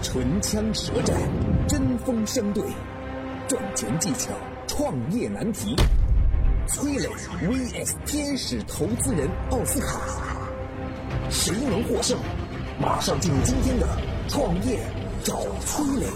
唇枪舌战，针锋相对，赚钱技巧，创业难题。崔磊 vs 天使投资人奥斯卡，谁能获胜？马上进入今天的创业找崔磊。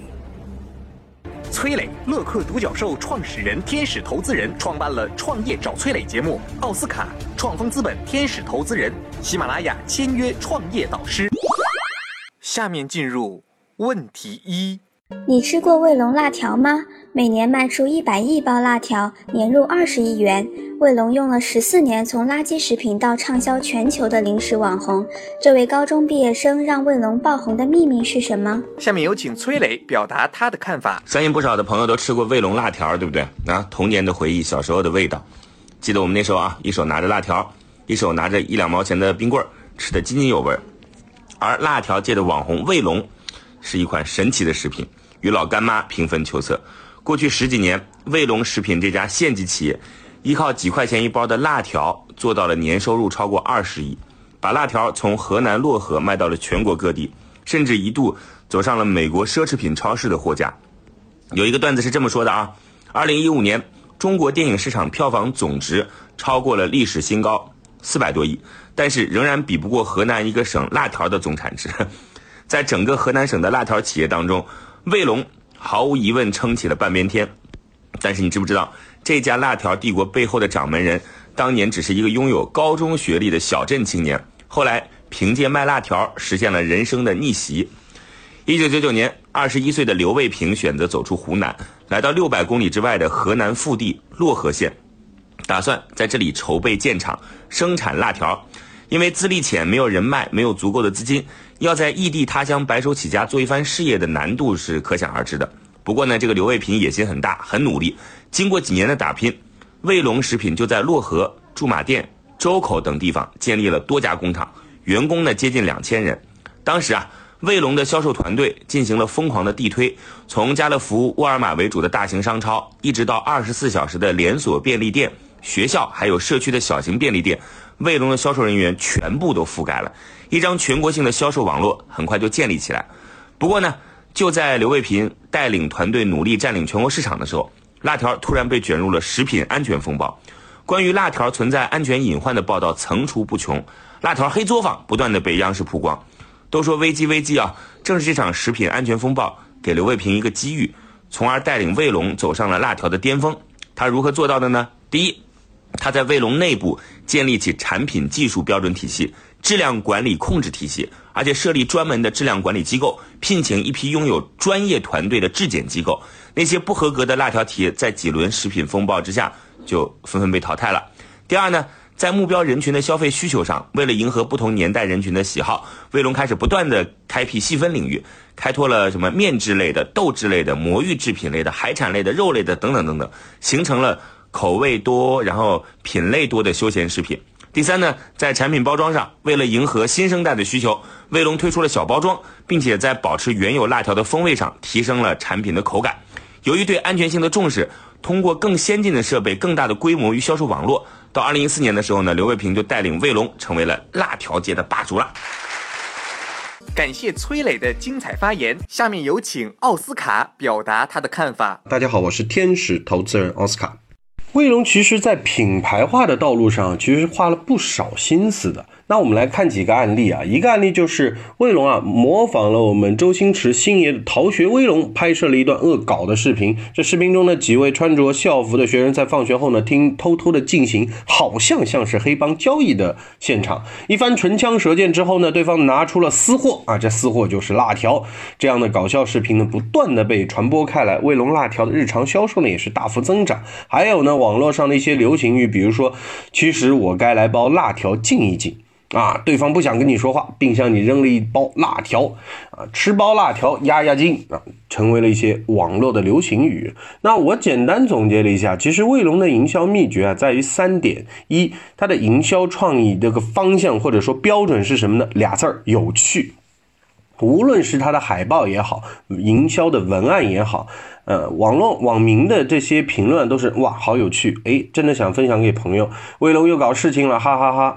崔磊，乐客独角兽创始人、天使投资人，创办了《创业找崔磊》节目。奥斯卡，创丰资本天使投资人，喜马拉雅签约创业导师。下面进入问题一： 你吃过卫龙辣条吗？每年卖出100亿包辣条，年入20亿元。卫龙用了14年，从垃圾食品到畅销全球的零食网红。这位高中毕业生让卫龙爆红的秘密是什么？ 下面有请崔磊表达他的看法。 相信不少的朋友都吃过卫龙辣条，对不对？童年的回忆，小时候的味道。记得我们那时候一手拿着辣条，一手拿着1-2毛钱的冰棍，吃得津津有味。而辣条界的网红卫龙是一款神奇的食品，与老干妈平分秋色。过去10几年，卫龙食品这家县级企业依靠几块钱一包的辣条做到了年收入超过20亿，把辣条从河南漯河卖到了全国各地，甚至一度走上了美国奢侈品超市的货架。有一个段子是这么说的2015年中国电影市场票房总值超过了历史新高400多亿，但是仍然比不过河南一个省辣条的总产值。在整个河南省的辣条企业当中，卫龙毫无疑问撑起了半边天。但是你知不知道，这家辣条帝国背后的掌门人当年只是一个拥有高中学历的小镇青年，后来凭借卖辣条实现了人生的逆袭。1999年21岁的刘卫平选择走出湖南，来到600公里之外的河南腹地漯河县，打算在这里筹备建厂生产辣条。因为资历浅，没有人脉，没有足够的资金，要在异地他乡白手起家做一番事业的难度是可想而知的。不过呢，这个刘卫平野心很大，很努力。经过几年的打拼，卫龙食品就在漯河、驻马店、周口等地方建立了多家工厂，员工呢接近2000人。当时卫龙的销售团队进行了疯狂的地推，从家乐福、沃尔玛为主的大型商超，一直到24小时的连锁便利店、学校还有社区的小型便利店，卫龙的销售人员全部都覆盖了，一张全国性的销售网络很快就建立起来。不过呢，就在刘卫平带领团队努力占领全国市场的时候，辣条突然被卷入了食品安全风暴。关于辣条存在安全隐患的报道层出不穷，辣条黑作坊不断的被央视曝光。都说危机正是这场食品安全风暴给刘卫平一个机遇，从而带领卫龙走上了辣条的巅峰。他如何做到的呢？第一，他在卫龙内部建立起产品技术标准体系、质量管理控制体系，而且设立专门的质量管理机构，聘请一批拥有专业团队的质检机构。那些不合格的辣条企业在几轮食品风暴之下就纷纷被淘汰了。第二呢，在目标人群的消费需求上，为了迎合不同年代人群的喜好，卫龙开始不断的开辟细分领域，开拓了什么面制类的、豆制类的、魔芋制品类的、海产类的、肉类的等等等等，形成了口味多然后品类多的休闲食品。第三呢，在产品包装上，为了迎合新生代的需求，卫龙推出了小包装，并且在保持原有辣条的风味上提升了产品的口感。由于对安全性的重视，通过更先进的设备、更大的规模与销售网络，到2014年的时候呢，刘卫平就带领卫龙成为了辣条界的霸主了。 感谢崔磊的精彩发言，下面有请奥斯卡表达他的看法。 大家好，我是天使投资人奥斯卡。卫龙其实在品牌化的道路上其实花了不少心思的。那我们来看几个案例一个案例就是卫龙模仿了我们周星驰星爷的逃学威龙，拍摄了一段恶搞的视频。这视频中呢，几位穿着校服的学生在放学后呢，偷偷的进行好像是黑帮交易的现场。一番唇枪舌剑之后呢，对方拿出了私货这私货就是辣条。这样的搞笑视频呢，不断的被传播开来，卫龙辣条的日常销售呢也是大幅增长。还有呢，网络上的一些流行语，比如说其实我该来包辣条静一静对方不想跟你说话，并向你扔了一包辣条吃包辣条压惊成为了一些网络的流行语。那我简单总结了一下，其实卫龙的营销秘诀在于3点。一，它的营销创意这个方向或者说标准是什么呢？2字儿，有趣。无论是它的海报也好，营销的文案也好，网民的这些评论都是哇好有趣，真的想分享给朋友。卫龙又搞事情了，哈哈哈。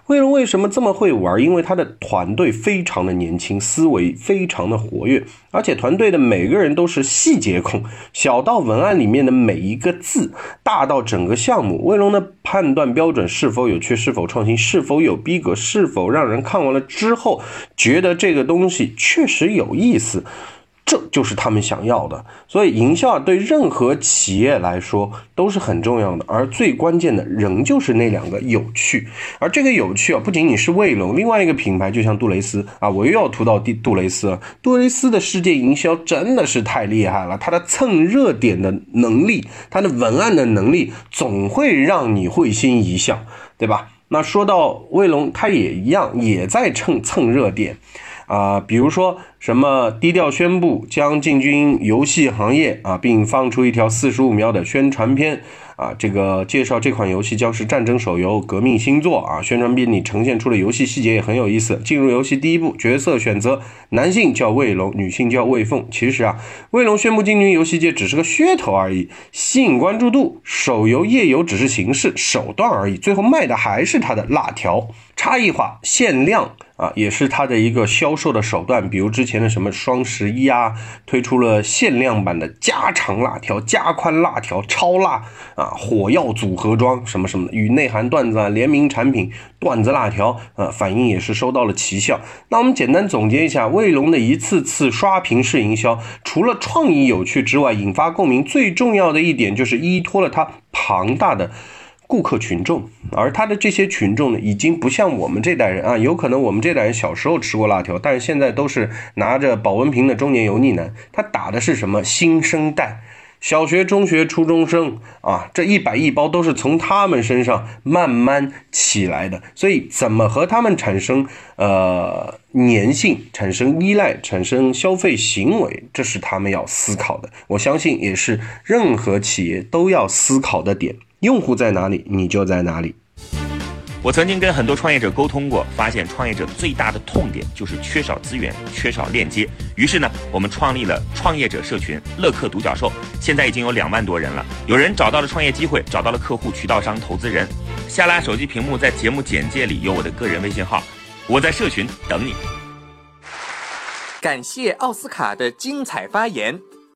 卫龙为什么这么会玩？因为他的团队非常的年轻，思维非常的活跃，而且团队的每个人都是细节控，小到文案里面的每一个字，大到整个项目，卫龙的判断标准是否有趣，是否创新，是否有逼格，是否让人看完了之后觉得这个东西确实有意思，这就是他们想要的。所以营销对任何企业来说都是很重要的，而最关键的仍旧是那两个有趣。而这个有趣不仅仅是卫龙，另外一个品牌就像杜蕾斯我又要涂到杜蕾斯了。杜蕾斯的世界营销真的是太厉害了，它的蹭热点的能力，它的文案的能力总会让你会心一笑，对吧？那说到卫龙，它也一样，也在蹭热点比如说什么低调宣布将进军游戏行业并放出一条45秒的宣传片这个介绍这款游戏将是战争手游革命新作宣传片里呈现出的游戏细节也很有意思。进入游戏第一步，角色选择男性叫卫龙，女性叫卫凤。其实卫龙宣布进军游戏界只是个噱头而已，吸引关注度，手游页游只是形式手段而已，最后卖的还是它的辣条。差异化限量也是它的一个销售的手段，比如之前的什么双11推出了限量版的加长辣条、加宽辣条、超辣火药组合装什么什么的，与内涵段子联名产品段子辣条反应也是收到了奇效。那我们简单总结一下，卫龙的一次次刷屏式营销，除了创意有趣之外，引发共鸣最重要的一点就是依托了它庞大的顾客群众，而他的这些群众呢，已经不像我们这代人有可能我们这代人小时候吃过辣条，但是现在都是拿着保温瓶的中年油腻男。他打的是什么？新生代，小学、中学、初中生这100包都是从他们身上慢慢起来的。所以怎么和他们产生粘性，产生依赖，产生消费行为，这是他们要思考的。我相信也是任何企业都要思考的点。用户在哪里，你就在哪里。 我曾经跟很多创业者沟通过，发现创业者最大的痛点就是缺少资源，缺少链接。于是呢，我们创立了创业者社群乐客独角兽，现在已经有2万多人了。有人找到了创业机会，找到了客户、渠道商、投资人。下拉手机屏幕，在节目简介里有我的个人微信号，我在社群等你。 感谢奥斯卡的精彩发言。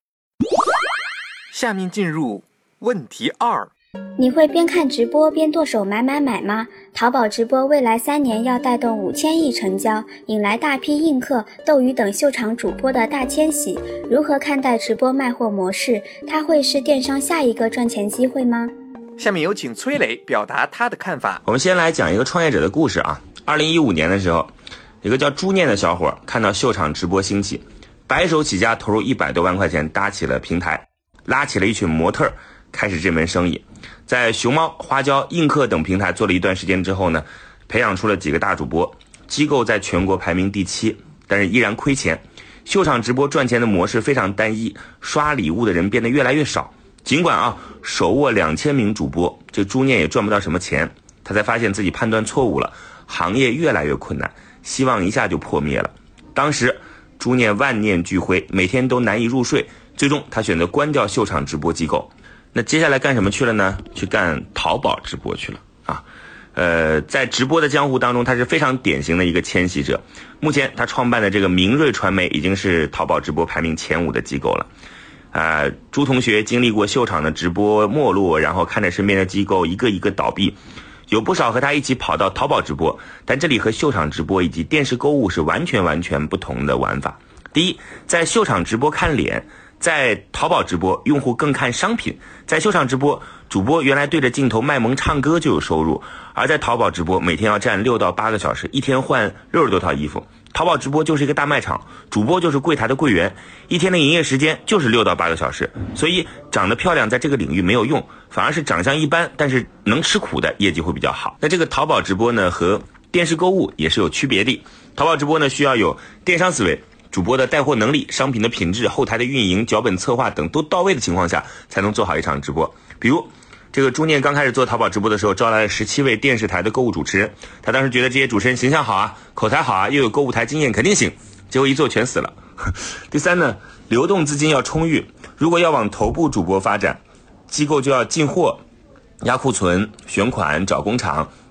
下面进入问题2。 你会边看直播边剁手买吗？淘宝直播未来3年要带动5000亿成交，引来大批映客、斗鱼等秀场主播的大迁徙。如何看待直播卖货模式？它会是电商下一个赚钱机会吗？ 下面有请崔磊表达他的看法。 我们先来讲一个创业者的故事2015年的时候，有个叫朱念的小伙看到秀场直播兴起，白手起家，投入100多万块钱搭起了平台，拉起了一群模特，开始这门生意。在熊猫、花椒、映客等平台做了一段时间之后呢，培养出了几个大主播，机构在全国排名第7，但是依然亏钱。秀场直播赚钱的模式非常单一，刷礼物的人变得越来越少。尽管手握2000名主播，这朱念也赚不到什么钱。他才发现自己判断错误了，行业越来越困难，希望一下就破灭了。当时朱念万念俱灰，每天都难以入睡，最终他选择关掉秀场直播机构。那接下来干什么去了呢？去干淘宝直播去了在直播的江湖当中，他是非常典型的一个迁徙者。目前他创办的这个明锐传媒已经是淘宝直播排名前5的机构了。朱同学经历过秀场的直播没落，然后看着身边的机构一个一个倒闭，有不少和他一起跑到淘宝直播，但这里和秀场直播以及电视购物是完全不同的玩法。第一，在秀场直播看脸，在淘宝直播用户更看商品。在秀场直播，主播原来对着镜头卖萌唱歌就有收入，而在淘宝直播每天要站6到8个小时，一天换60多套衣服。淘宝直播就是一个大卖场，主播就是柜台的柜员，一天的营业时间就是6到8个小时。所以长得漂亮在这个领域没有用，反而是长相一般但是能吃苦的业绩会比较好。那这个淘宝直播呢，和电视购物也是有区别的。淘宝直播呢，需要有电商思维，主播的带货能力、商品的品质、后台的运营、脚本策划等都到位的情况下，才能做好一场直播。比如这个朱念刚开始做淘宝直播的时候，招来了17位电视台的购物主持人，他当时觉得这些主持人形象好口才好又有购物台经验，肯定行。结果一做全死了。第三呢，流动资金要充裕，如果要往头部主播发展，机构就要进货、压库存、选款、找工厂，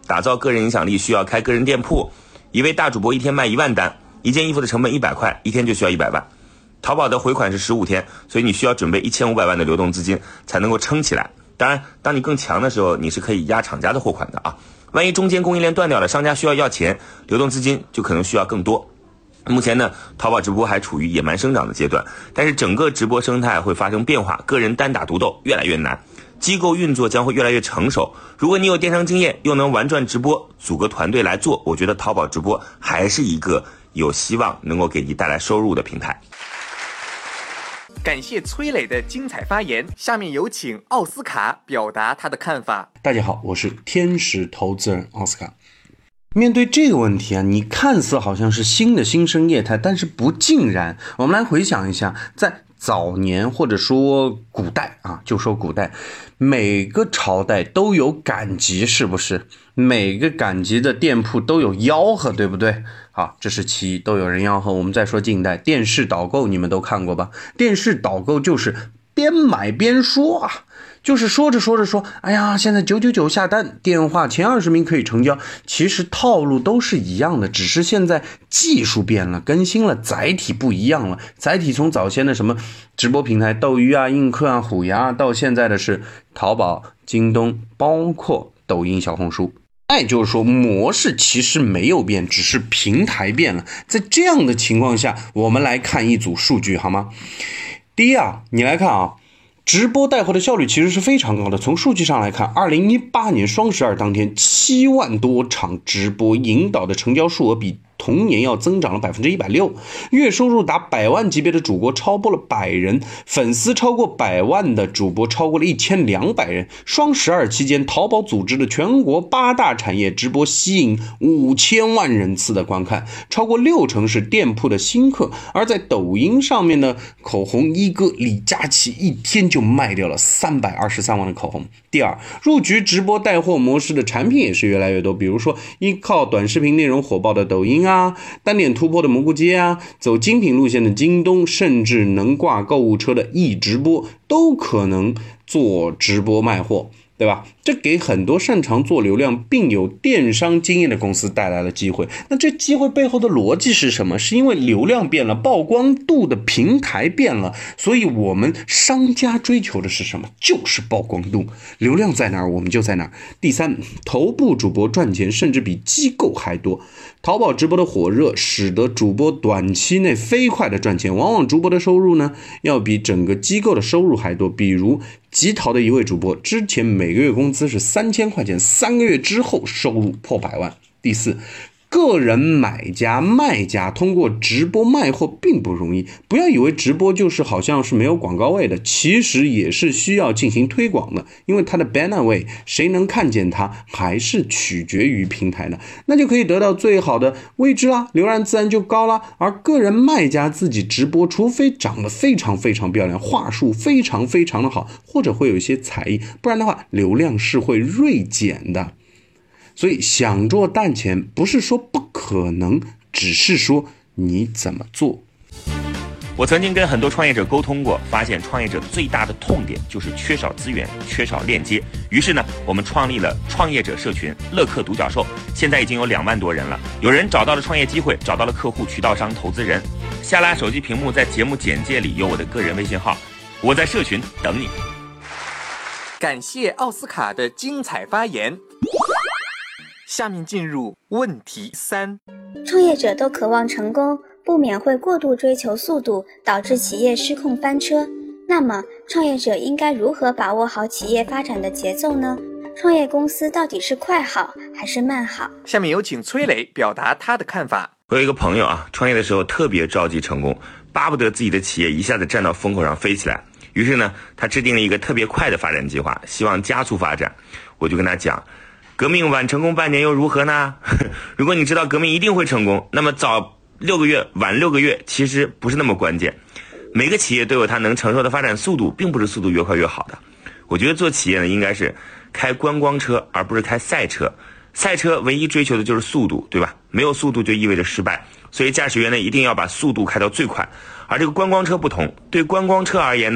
打造个人影响力需要开个人店铺，一位大主播一天卖1万单，一件衣服的成本100块，一天就需要100万。淘宝的回款是15天，所以你需要准备1500万的流动资金才能够撑起来。当然，当你更强的时候，你是可以压厂家的货款的啊。万一中间供应链断掉了，商家需要钱，流动资金就可能需要更多。目前呢，淘宝直播还处于野蛮生长的阶段，但是整个直播生态会发生变化，个人单打独斗越来越难，机构运作将会越来越成熟。如果你有电商经验，又能玩转直播，组个团队来做，我觉得淘宝直播还是一个有希望能够给你带来收入的平台。 感谢崔磊的精彩发言，下面有请奥斯卡表达他的看法。 大家好，我是天使投资人奥斯卡。面对这个问题啊，你看似好像是新的新生业态，但是不尽然。我们来回想一下，在早年或者说古代啊，就说古代，每个朝代都有赶集，是不是？每个赶集的店铺都有吆喝，对不对？好，这是其一，都有人吆喝。我们再说近代电视导购，你们都看过吧？电视导购就是边买边说啊，就是说着说着说，哎呀，现在999下单，电话前20名可以成交。其实套路都是一样的，只是现在技术变了，更新了，载体不一样了。载体从早先的什么直播平台斗鱼啊、映客啊、虎牙，到现在的是淘宝、京东，包括抖音、小红书。也就是说，模式其实没有变，只是平台变了。在这样的情况下，我们来看一组数据好吗？第一啊，你来看啊，直播带货的效率其实是非常高的。从数据上来看，2018年双12当天7万多场直播引导的成交数额比同年要增长了 160%， 月收入达100万级别的主播超过了100人，粉丝超过100万的主播超过了1200人。双12期间，淘宝组织的全国8大产业直播吸引5000万人次的观看，超过60%是店铺的新客。而在抖音上面呢，口红一哥李佳琦一天就卖掉了323万的口红。第二，入局直播带货模式的产品也是越来越多，比如说依靠短视频内容火爆的抖音啊，单点突破的蘑菇街啊，走精品路线的京东，甚至能挂购物车的易直播，都可能做直播卖货，对吧？这给很多擅长做流量并有电商经验的公司带来了机会。那这机会背后的逻辑是什么？是因为流量变了，曝光度的平台变了，所以我们商家追求的是什么？就是曝光度，流量在哪儿我们就在哪儿。第三，头部主播赚钱甚至比机构还多。淘宝直播的火热使得主播短期内飞快的赚钱，往往主播的收入呢要比整个机构的收入还多。比如极淘的一位主播，之前每个月工资是3000块钱，3个月之后收入破100万。第四，个人买家卖家通过直播卖货并不容易，不要以为直播就是好像是没有广告位的，其实也是需要进行推广的，因为它的 banner 位谁能看见它还是取决于平台的，那就可以得到最好的位置啦，流量自然就高啦。而个人卖家自己直播，除非长得非常非常漂亮，话术非常非常的好，或者会有一些才艺，不然的话流量是会锐减的。所以想做淡钱不是说不可能，只是说你怎么做。 我曾经跟很多创业者沟通过，发现创业者最大的痛点就是缺少资源，缺少链接。于是呢，我们创立了创业者社群乐客独角兽，现在已经有2万多人了。有人找到了创业机会，找到了客户、渠道商、投资人。下拉手机屏幕，在节目简介里有我的个人微信号，我在社群等你。 感谢奥斯卡的精彩发言。下面进入问题3。 创业者都渴望成功，不免会过度追求速度，导致企业失控翻车。那么，创业者应该如何把握好企业发展的节奏呢？创业公司到底是快好还是慢好？ 下面有请崔磊表达他的看法。 我有一个朋友啊，创业的时候特别着急成功，巴不得自己的企业一下子站到风口上飞起来。于是呢，他制定了一个特别快的发展计划，希望加速发展。我就跟他讲，革命晚成功半年又如何呢？如果你知道革命一定会成功，那么早6个月晚6个月其实不是那么关键。每个企业都有它能承受的发展速度，并不是速度越快越好的。我觉得做企业呢，应该是开观光车，而不是开赛车。赛车唯一追求的就是速度，对吧？没有速度就意味着失败，所以驾驶员呢一定要把速度开到最快。而这个观光车不同，对观光车而言呢，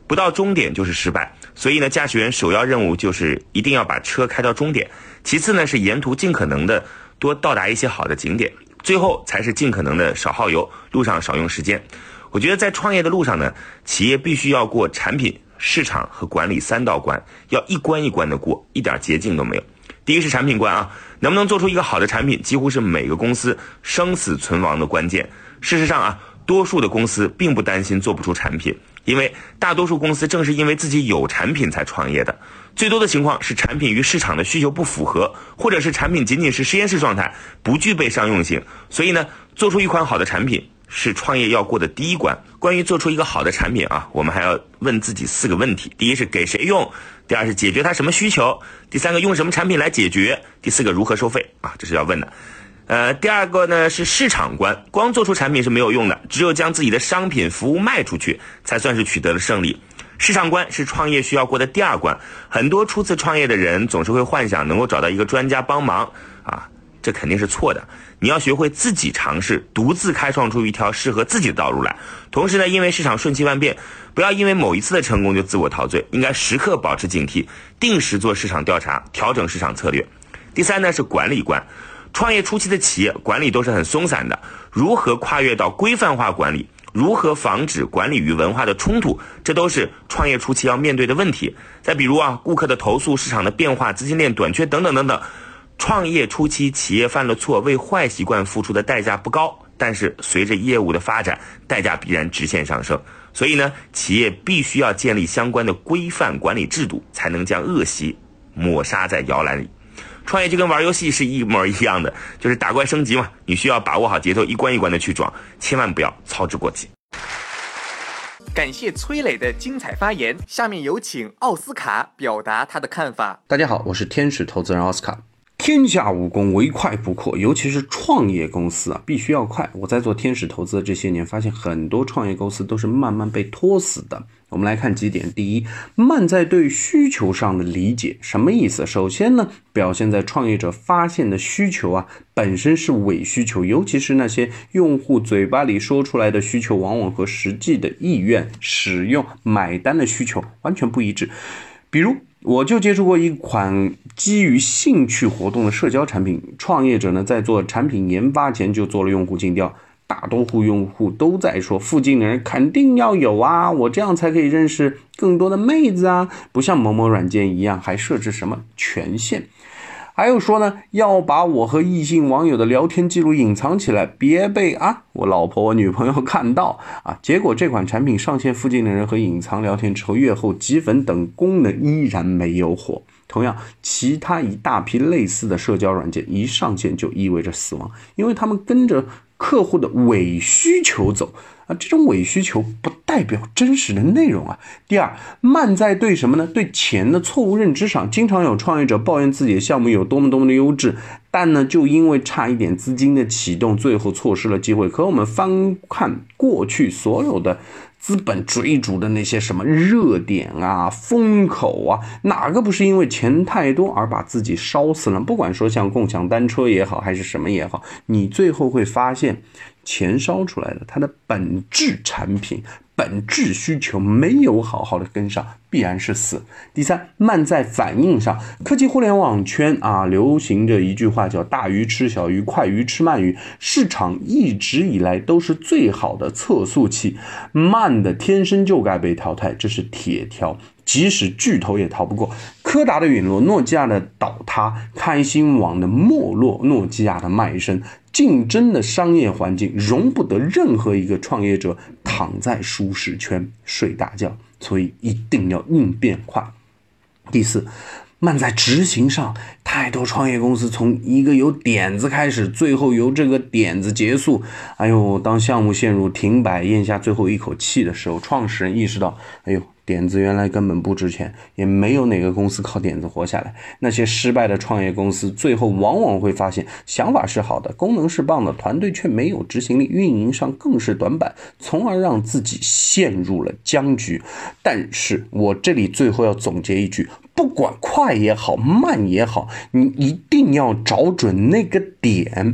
不到终点就是失败。所以呢，驾驶员首要任务就是一定要把车开到终点，其次呢是沿途尽可能的多到达一些好的景点，最后才是尽可能的少耗油，路上少用时间。我觉得在创业的路上呢，企业必须要过产品、市场和管理3道关，要一关一关的过，一点捷径都没有。第一是产品关啊，能不能做出一个好的产品，几乎是每个公司生死存亡的关键。事实上啊，多数的公司并不担心做不出产品，因为大多数公司正是因为自己有产品才创业的。最多的情况是产品与市场的需求不符合，或者是产品仅仅是实验室状态，不具备商用性。所以呢，做出一款好的产品是创业要过的第一关。关于做出一个好的产品啊，我们还要问自己4个问题。第一是给谁用，第二是解决它什么需求，第3个用什么产品来解决，第4个如何收费啊，这是要问的。第2个呢是市场关，光做出产品是没有用的，只有将自己的商品服务卖出去，才算是取得了胜利。市场关是创业需要过的第2关，很多初次创业的人总是会幻想能够找到一个专家帮忙啊，这肯定是错的。你要学会自己尝试，独自开创出一条适合自己的道路来。同时呢，因为市场瞬息万变，不要因为某一次的成功就自我陶醉，应该时刻保持警惕，定时做市场调查，调整市场策略。第3呢是管理关，创业初期的企业管理都是很松散的，如何跨越到规范化管理，如何防止管理与文化的冲突，这都是创业初期要面对的问题。再比如啊，顾客的投诉、市场的变化、资金链短缺等等等等。创业初期企业犯了错，为坏习惯付出的代价不高，但是随着业务的发展，代价必然直线上升。所以呢，企业必须要建立相关的规范管理制度，才能将恶习抹杀在摇篮里。创业就跟玩游戏是一模一样的，就是打怪升级嘛，你需要把握好节奏，一关一关的去撞，千万不要操之过急。 感谢崔磊的精彩发言，下面有请奥斯卡表达他的看法。 大家好，我是天使投资人奥斯卡。天下武功唯快不破，尤其是创业公司啊，必须要快。我在做天使投资的这些年，发现很多创业公司都是慢慢被拖死的。我们来看几点。第一，慢在对需求上的理解。什么意思？首先呢，表现在创业者发现的需求啊，本身是伪需求，尤其是那些用户嘴巴里说出来的需求，往往和实际的意愿、使用、买单的需求完全不一致。比如我就接触过一款基于兴趣活动的社交产品，创业者呢在做产品研发前就做了用户尽调，大多数用户都在说附近的人肯定要有啊，我这样才可以认识更多的妹子啊，不像某某软件一样还设置什么权限。还有说呢，要把我和异性网友的聊天记录隐藏起来，别被我老婆我女朋友看到啊。结果这款产品上线附近的人和隐藏聊天之后，月后积粉等功能依然没有火。同样，其他一大批类似的社交软件一上线就意味着死亡，因为他们跟着客户的伪需求走啊，这种伪需求不代表真实的内容啊。第二，慢在对什么呢？对钱的错误认知上。经常有创业者抱怨自己的项目有多么的优质，但呢，就因为差一点资金的启动，最后错失了机会。可我们翻看过去所有的资本追逐的那些什么热点啊、风口啊，哪个不是因为钱太多而把自己烧死了？不管说像共享单车也好，还是什么也好，你最后会发现钱烧出来的它的本质产品、本质需求没有好好的跟上，必然是死。第三，慢在反应上。科技互联网圈流行着一句话叫大鱼吃小鱼，快鱼吃慢鱼。市场一直以来都是最好的测速器，慢的天生就该被淘汰，这是铁条，即使巨头也逃不过。柯达的陨落，诺基亚的倒塌，开心网的没落，诺基亚的卖身，竞争的商业环境容不得任何一个创业者躺在舒适圈睡大觉，所以一定要应变快。第四，慢在执行上。太多创业公司从一个有点子开始，最后由这个点子结束。当项目陷入停摆，咽下最后一口气的时候，创始人意识到，点子原来根本不值钱，也没有哪个公司靠点子活下来。那些失败的创业公司最后往往会发现，想法是好的，功能是棒的，团队却没有执行力，运营上更是短板，从而让自己陷入了僵局。但是我这里最后要总结一句，不管快也好，慢也好，你一定要找准那个点，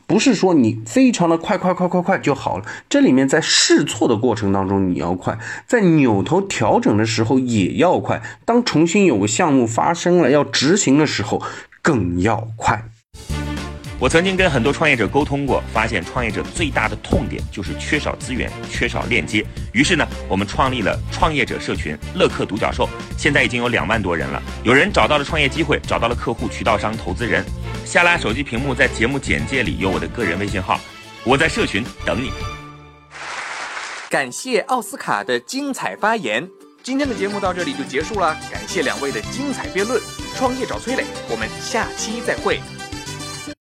不是说你非常的快就好了，这里面在试错的过程当中你要快，在扭头调整的时候也要快，当重新有个项目发生了要执行的时候更要快。 我曾经跟很多创业者沟通过，发现创业者最大的痛点就是缺少资源，缺少链接。于是呢，我们创立了创业者社群乐客独角兽，现在已经有2万多人了。有人找到了创业机会，找到了客户、渠道商、投资人。下拉手机屏幕，在节目简介里有我的个人微信号，我在社群等你。 感谢奥斯卡的精彩发言。今天的节目到这里就结束了，感谢2位的精彩辩论。创业找崔磊，我们下期再会。